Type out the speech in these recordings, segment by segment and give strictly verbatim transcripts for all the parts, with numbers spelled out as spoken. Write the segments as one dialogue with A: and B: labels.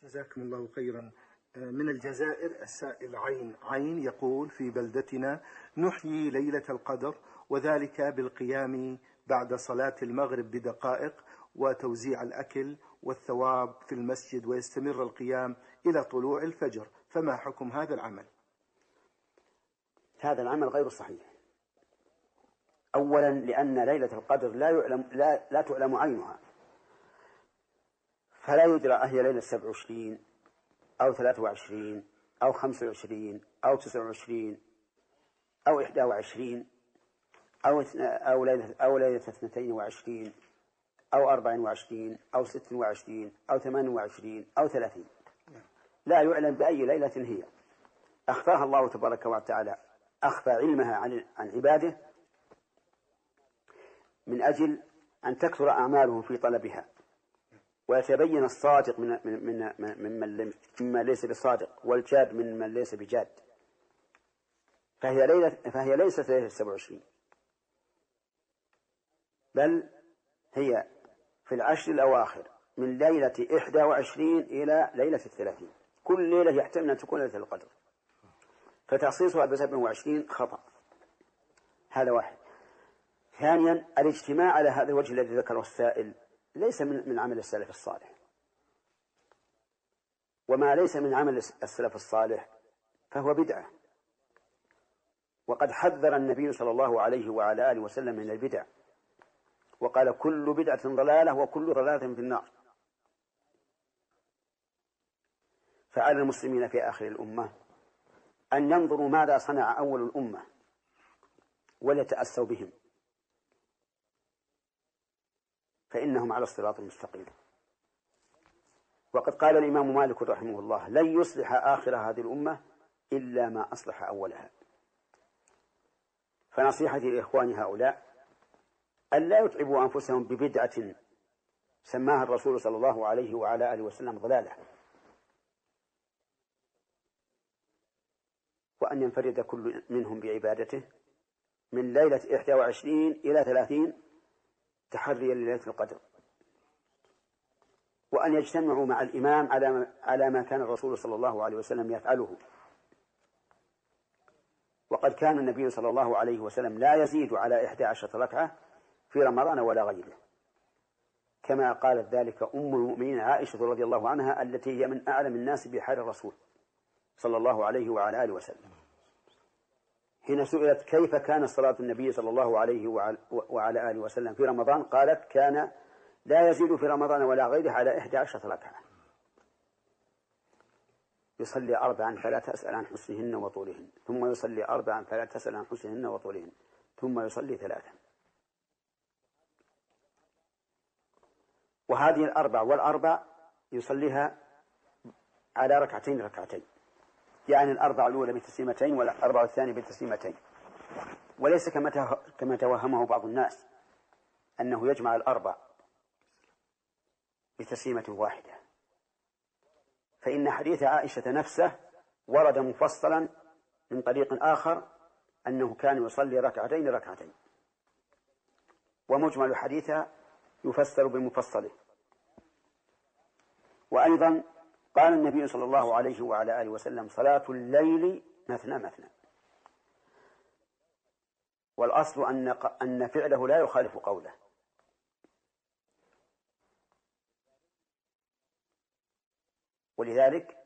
A: جزاكم الله خيرا. من الجزائر السائل عين عين يقول: في بلدتنا نحيي ليلة القدر، وذلك بالقيام بعد صلاة المغرب بدقائق وتوزيع الأكل والثواب في المسجد، ويستمر القيام إلى طلوع الفجر، فما حكم هذا العمل؟
B: هذا العمل غير صحيح. أولا لأن ليلة القدر لا يعلم لا, لا تعلم عينها، فلا يدرى أهي ليلة سبع وعشرين أو ثلاث وعشرين أو خمس وعشرين أو تسع وعشرين أو إحدى وعشرين أو أو ليلة أو ليلة اثنتين وعشرين أو أربع وعشرين أو ست وعشرين أو ثمان وعشرين أو ثلاثين. لا يعلم بأي ليلة هي. أخفاها الله تبارك وتعالى، أخفى علمها عن عن عباده من أجل أن تكثر أعمالهم في طلبها، ويتبين الصادق من من من مما ليس بصادق، والجاد من من ليس بجاد. فهي ليلة فهي ليست ليلة السبع وعشرين، بل هي في العشر الأواخر من ليلة إحدى وعشرين إلى ليلة الثلاثين. كل ليلة يحتمل أن تكون ليلة القدر، فتخصيصها بسبع وعشرين خطأ. هذا واحد. ثانيا الاجتماع على هذا الوجه الذي ذكره السائل ليس من من عمل السلف الصالح، وما ليس من عمل السلف الصالح فهو بدعة. وقد حذر النبي صلى الله عليه وعلى آله وسلم من البدع، وقال: كل بدعة ضلالة وكل ضلالة في النار. فعلى المسلمين في آخر الأمة أن ينظروا ماذا صنع أول الأمة وليتأسوا بهم، فإنهم على الصراط المستقيم. وقد قال الإمام مالك رحمه الله: لن يصلح آخر هذه الأمة إلا ما أصلح أولها. فنصيحتي لإخوان هؤلاء أن لا يتعبوا أنفسهم ببدعة سماها الرسول صلى الله عليه وعلى آله وسلم ضلالة، وأن ينفرد كل منهم بعبادته من ليلة إحدى وعشرين إلى ثلاثين تحريا لليلة القدر، وأن يجتمعوا مع الإمام على على ما كان الرسول صلى الله عليه وسلم يفعله. وقد كان النبي صلى الله عليه وسلم لا يزيد على إحدى عشرة ركعة في رمضان ولا غيره، كما قالت ذلك أم المؤمنين عائشة رضي الله عنها، التي هي من أعلم الناس بحال الرسول صلى الله عليه وعلى آله وسلم. حين سئلت كيف كان صلاة النبي صلى الله عليه وعلى آله وسلم في رمضان، قالت: كان لا يزيد في رمضان ولا غيره على إحدى عشرة ركعة، يصلي أربعا فلا تسأل عن حسنهن وطولهن، ثم يصلي أربعا فلا تسأل عن حسنهن وطولهن، ثم يصلي ثلاثا. وهذه الأربع والأربع يصليها على ركعتين ركعتين، يعني الأربع الأولى بتسليمتين والأربع الثانية بتسليمتين، وليس كما كما توهمه بعض الناس أنه يجمع الأربع بتسليمة واحدة. فإن حديث عائشة نفسه ورد مفصلا من طريق آخر أنه كان يصلي ركعتين ركعتين، ومجمل حديثها يفسر بمفصله. وأيضا قال النبي صلى الله عليه وعلى آله وسلم: صلاة الليل مثنى مثنى. والأصل أن أن فعله لا يخالف قوله. ولذلك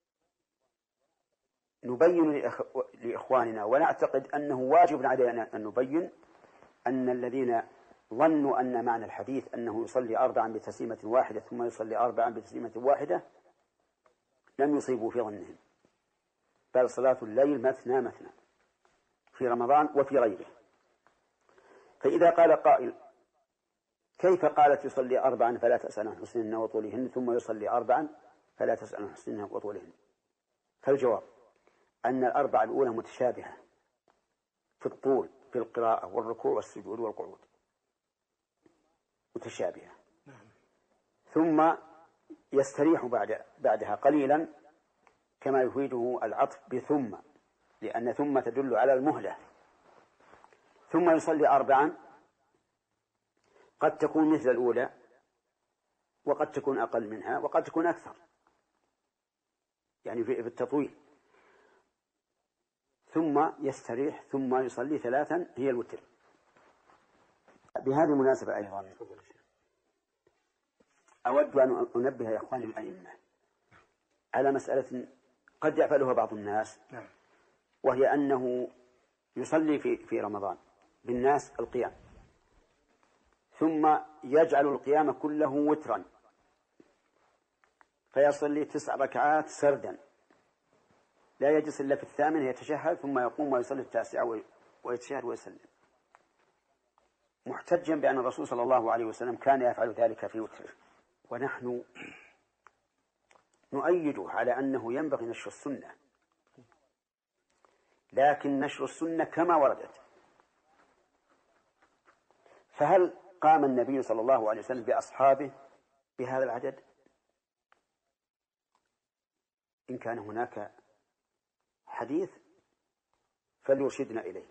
B: نبين لإخواننا، ونعتقد أنه واجب علينا أن نبين أن الذين ظنوا أن معنى الحديث أنه يصلي أربعا بتسليمة واحدة ثم يصلي أربعا بتسليمة واحدة لم يصيبوا في ظنهم، بل صلاة الليل مثنى مثنى في رمضان وفي غيره. فإذا قال قائل: كيف قالت يصلي أربعا فلا تسأل عن حسنهن وطولهن ثم يصلي أربعا فلا تسأل عن حسنهن وطولهن؟ فالجواب أن الأربع الأولى متشابهة في الطول، في القراءة والركوع والسجود والقعود، متشابهة. ثم يستريح بعد بعدها قليلا، كما يفيده العطف بثم، لأن ثم تدل على المهلة. ثم يصلي أربعا قد تكون مثل الأولى، وقد تكون أقل منها، وقد تكون أكثر. يعني في التطويل، ثم يستريح ثم يصلي ثلاثا هي الوتر. بهذه المناسبة أيضا أود أن أنبه يا إخواني الأئمة على مسألة قد يفعلها بعض الناس، وهي أنه يصلي في في رمضان بالناس القيام، ثم يجعل القيام كله وترا، فيصلي تسع ركعات سردا لا يجلس إلا في الثامن يتشهد ثم يقوم ويصلي التاسعة ويتشهد ويسلم، محتجا بأن الرسول صلى الله عليه وسلم كان يفعل ذلك في وتره. ونحن نؤيده على أنه ينبغي نشر السنة، لكن نشر السنة كما وردت. فهل قام النبي صلى الله عليه وسلم بأصحابه بهذا العدد؟ إن كان هناك حديث فليرشدنا إليه،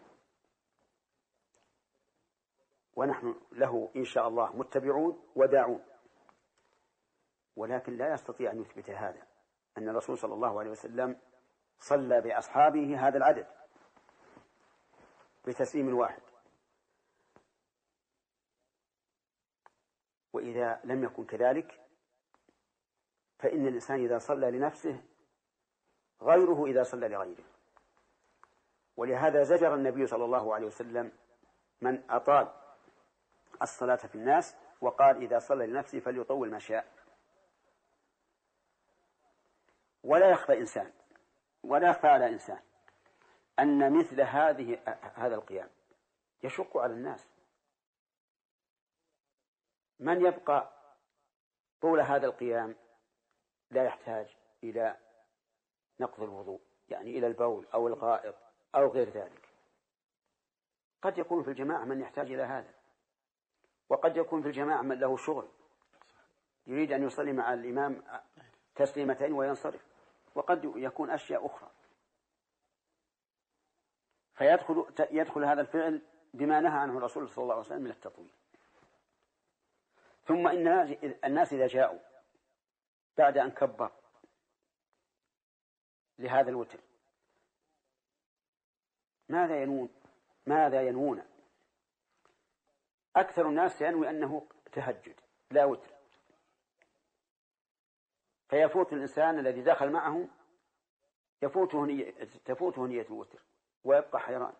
B: ونحن له إن شاء الله متبعون وداعون، ولكن لا يستطيع أن يثبت هذا أن الرسول صلى الله عليه وسلم صلى بأصحابه هذا العدد بتسليم واحد. وإذا لم يكن كذلك فإن الإنسان إذا صلى لنفسه غيره إذا صلى لغيره. ولهذا زجر النبي صلى الله عليه وسلم من أطال الصلاة في الناس، وقال إذا صلى لنفسه فليطول ما شاء. ولا يخفى إنسان ولا يخفى على إنسان أن مثل هذه هذا القيام يشق على الناس. من يبقى طول هذا القيام لا يحتاج إلى نقض الوضوء، يعني إلى البول أو الغائط أو غير ذلك. قد يكون في الجماعة من يحتاج إلى هذا، وقد يكون في الجماعة من له شغل يريد أن يصلي مع الإمام تسليمتين وينصرف، وقد يكون أشياء أخرى، فيدخل يدخل هذا الفعل بما نهى عنه الرسول صلى الله عليه وسلم من التطويل. ثم إن الناس إذا جاءوا بعد أن كبر لهذا الوتر ماذا ينوون ماذا ينوون أكثر الناس ينوي أنه تهجد لا وتر، فيفوت الإنسان الذي دخل معه يفوته نية تفوته نية الوتر ويبقى حيران.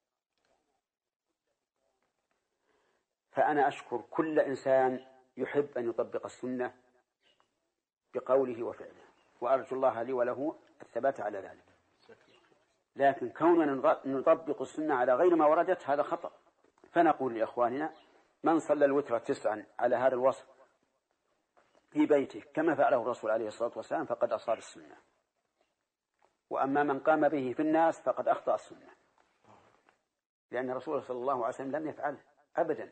B: فأنا أشكر كل إنسان يحب أن يطبق السنة بقوله وفعله، وأرجو الله لي وله الثبات على ذلك. لكن كوننا نطبق السنة على غير ما وردت هذا خطأ. فنقول لإخواننا من صلى الوتر تسعا على هذا الوصف في بيته كما فعله الرسول عليه الصلاة والسلام فقد أصاب السنة، وأما من قام به في الناس فقد أخطأ السنة، لأن الرسول صلى الله عليه وسلم لم يفعله أبدا.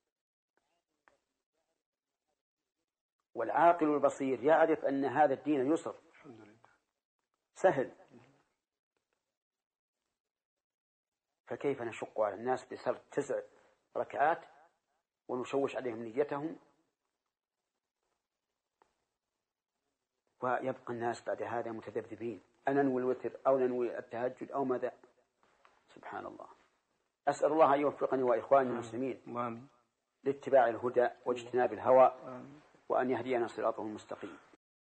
B: والعاقل البصير يعرف أن هذا الدين يسر سهل، فكيف نشق على الناس بسرد تسع ركعات ونشوش عليهم نيتهم ويبقى الناس بعد هذا متذبذبين أن ننوي الوتر أو ننوي التهجد أو ماذا. سبحان الله. أسأل الله أن يوفقني وإخواني المسلمين لاتباع الهدى واجتناب الهوى وأن يهدينا صراطه المستقيم.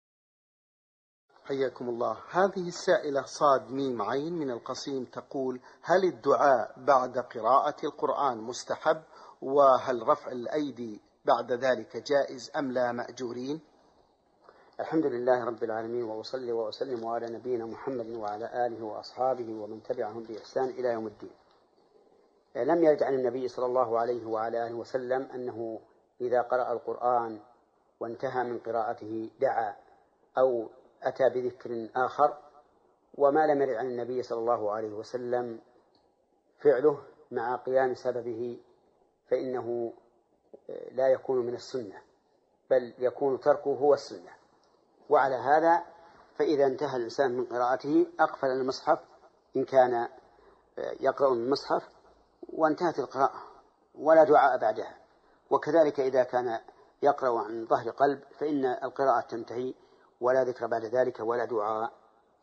A: حياكم الله. هذه السائلة صاد ميم عين من القصيم تقول: هل الدعاء بعد قراءة القرآن مستحب؟ وهل رفع الأيدي بعد ذلك جائز أم لا مأجورين؟
B: الحمد لله رب العالمين، وأصلي وأسلم على نبينا محمد وعلى آله وأصحابه ومن تبعهم بإحسان إلى يوم الدين. لم يرد عن النبي صلى الله عليه وعلى آله وسلم أنه إذا قرأ القرآن وانتهى من قراءته دعا أو أتى بذكر آخر، وما لم يرد عن النبي صلى الله عليه وسلم فعله مع قيام سببه فإنه لا يكون من السنة، بل يكون تركه هو السنة. وعلى هذا فإذا انتهى الإنسان من قراءته أقفل المصحف إن كان يقرأ من المصحف وانتهت القراءة ولا دعاء بعدها، وكذلك إذا كان يقرأ عن ظهر قلب فإن القراءة تنتهي ولا ذكر بعد ذلك ولا دعاء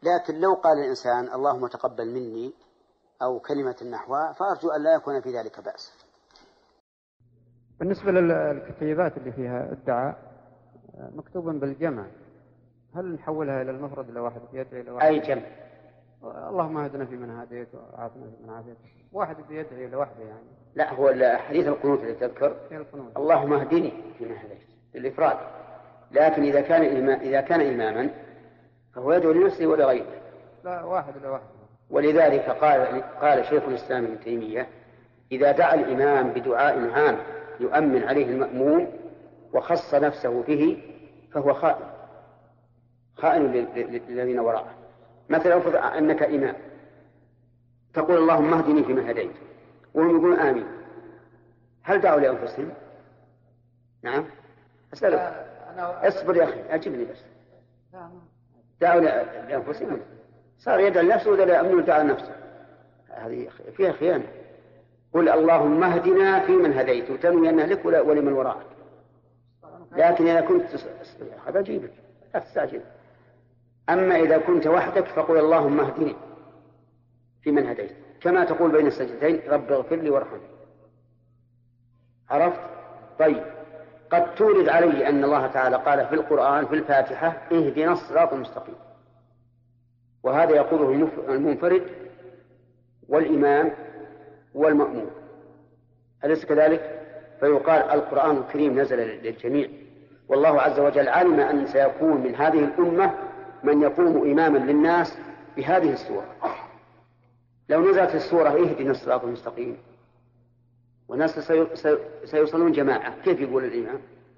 B: لكن لو قال الإنسان اللهم تقبل مني أو كلمة نحوها فأرجو أن لا يكون في ذلك بأس.
C: بالنسبة للكتيبات اللي فيها الدعاء مكتوبا بالجمع، هل نحولها إلى المفرد إلى واحد يدعي إلى واحد؟
B: أي جمع.
C: اللهم اهدنا فيمن هديت وعافنا فيمن عافيت، واحد يدعي لوحده يعني.
B: لا، هو حديث القنوت اللي تذكر اللهم اهدني فيمن هديت الإفراد، لكن إذا كان إمام إذا كان إماما فهو يدعو لنفسه ولغيره.
C: لا، واحد لوحده.
B: ولذلك قال قال شيخ الإسلام ابن تيمية إذا دعا الإمام بدعاء عام يؤمن عليه المأموم وخص نفسه به فهو خائن خائن للذين وراءه. مثلا افرض أنك إمام تقول اللهم اهدني فيمن هديت وهم يقولون آمين، هل دعوا لأنفسهم؟ نعم. أسألك، اصبر يا أخي أجبني بس. دعوا لأنفسهم، صار يدعو لنفسه ولا يأمن دعا نفسه، هذه فيها خيانة. قل اللهم اهدنا فيمن هديت وتنوي أنه لك ولمن وراءك. لكن إذا كنت هذا جيبك لا تستعجل. أما إذا كنت وحدك فقل اللهم اهدني فيمن هديت، كما تقول بين السجدتين رب اغفر لي وارحمني. عرفت؟ طيب، قد تورد علي أن الله تعالى قال في القرآن في الفاتحة اهدنا الصراط المستقيم، وهذا يقوله المنفرد والإمام والمأموم، أليس كذلك؟ فيقال القرآن الكريم نزل للجميع، والله عز وجل علم أن سيكون من هذه الأمة من يقوم إماما للناس بهذه السورة. لو نزلت السورة اهدنا الصراط المستقيم والناس سيصلون جماعة، كيف يقول الإمام؟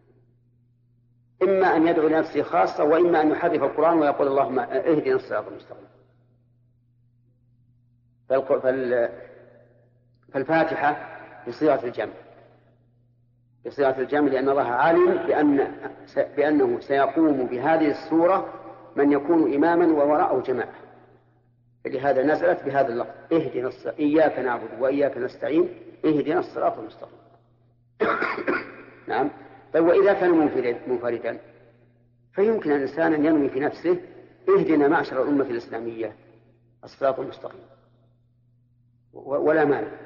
B: إما أن يدعو لنفسه خاصة وإما أن يحرف القرآن ويقول اللهم اهدنا الصراط المستقيم. فالفاتحة بصيغة الجمع بصيغة الجمع لأن الله عالم بأن بأنه سيقوم بهذه السورة من يكون إماما ووراءه جماعة، لهذا نزلت بهذا اللفظ اهدنا الصراط، إياك نعبد وإياك نستعين اهدنا الصراط المستقيم. نعم. طيب، وإذا كان منفردا فيمكن الإنسان أن ينوي في نفسه اهدنا معشر الأمة الإسلامية الصراط المستقيم ولا مانع.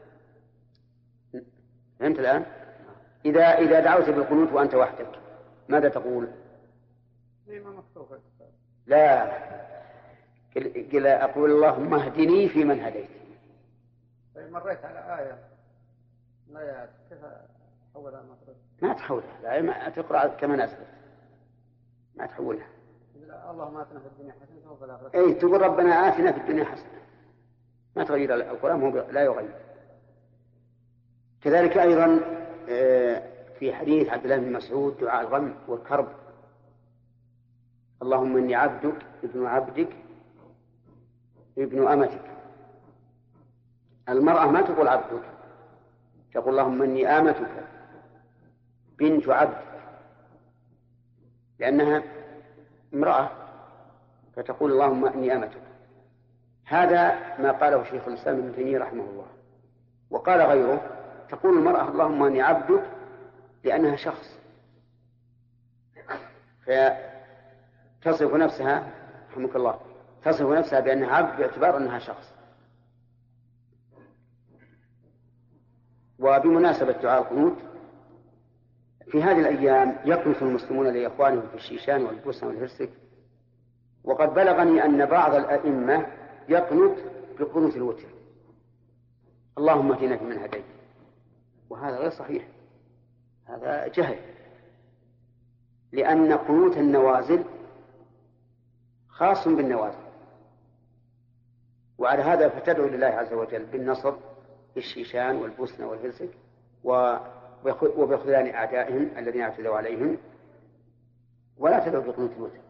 B: فهمت الآن؟ إذا إذا دعوت بالقنوت وأنت وحدك ماذا تقول؟ لا، قل أقول اللهم اهدني فيمن هديت.
C: طيب، مريت على آية لا كيف أحولها مفرد؟
B: ما تحولها، لا، ما تقرأ كما نزلت، ما تحولها.
C: اللهم آتنا في الدنيا حسنة وفي الآخرة.
B: أي تقول ربنا آتنا في الدنيا حسنة، ما تغير القرآن، هو لا يغير. كذلك أيضا في حديث عبد الله بن مسعود دعاء الغم والكرب اللهم إني عبدك ابن عبدك ابن أمتك. المرأة ما تقول عبدك، تقول اللهم إني آمتك بنت عبدك، لأنها امرأة فتقول اللهم إني آمتك. هذا ما قاله شيخ الإسلام ابن تيمية رحمه الله. وقال غيره تقول المرأة اللهم إني عبدك لأنها شخص، فتصف نفسها رحمك الله تصف نفسها بأنها عبد باعتبار أنها شخص. وبمناسبة دعاء القنوت في هذه الأيام يقنط المسلمون لإخوانهم في الشيشان والبوسنة والهرسك، وقد بلغني أن بعض الأئمة يقنط بقنوت الوتر اللهم اهدنا فيمن هديت، وهذا غير صحيح، هذا جهل، لأن قنوت النوازل خاص بالنوازل، وعلى هذا فتدعو لله عز وجل بالنصر في الشيشان والبوسنة والهرسك وبخذلان أعدائهم الذين اعتدوا عليهم، ولا تدعو بقنوت الوتر.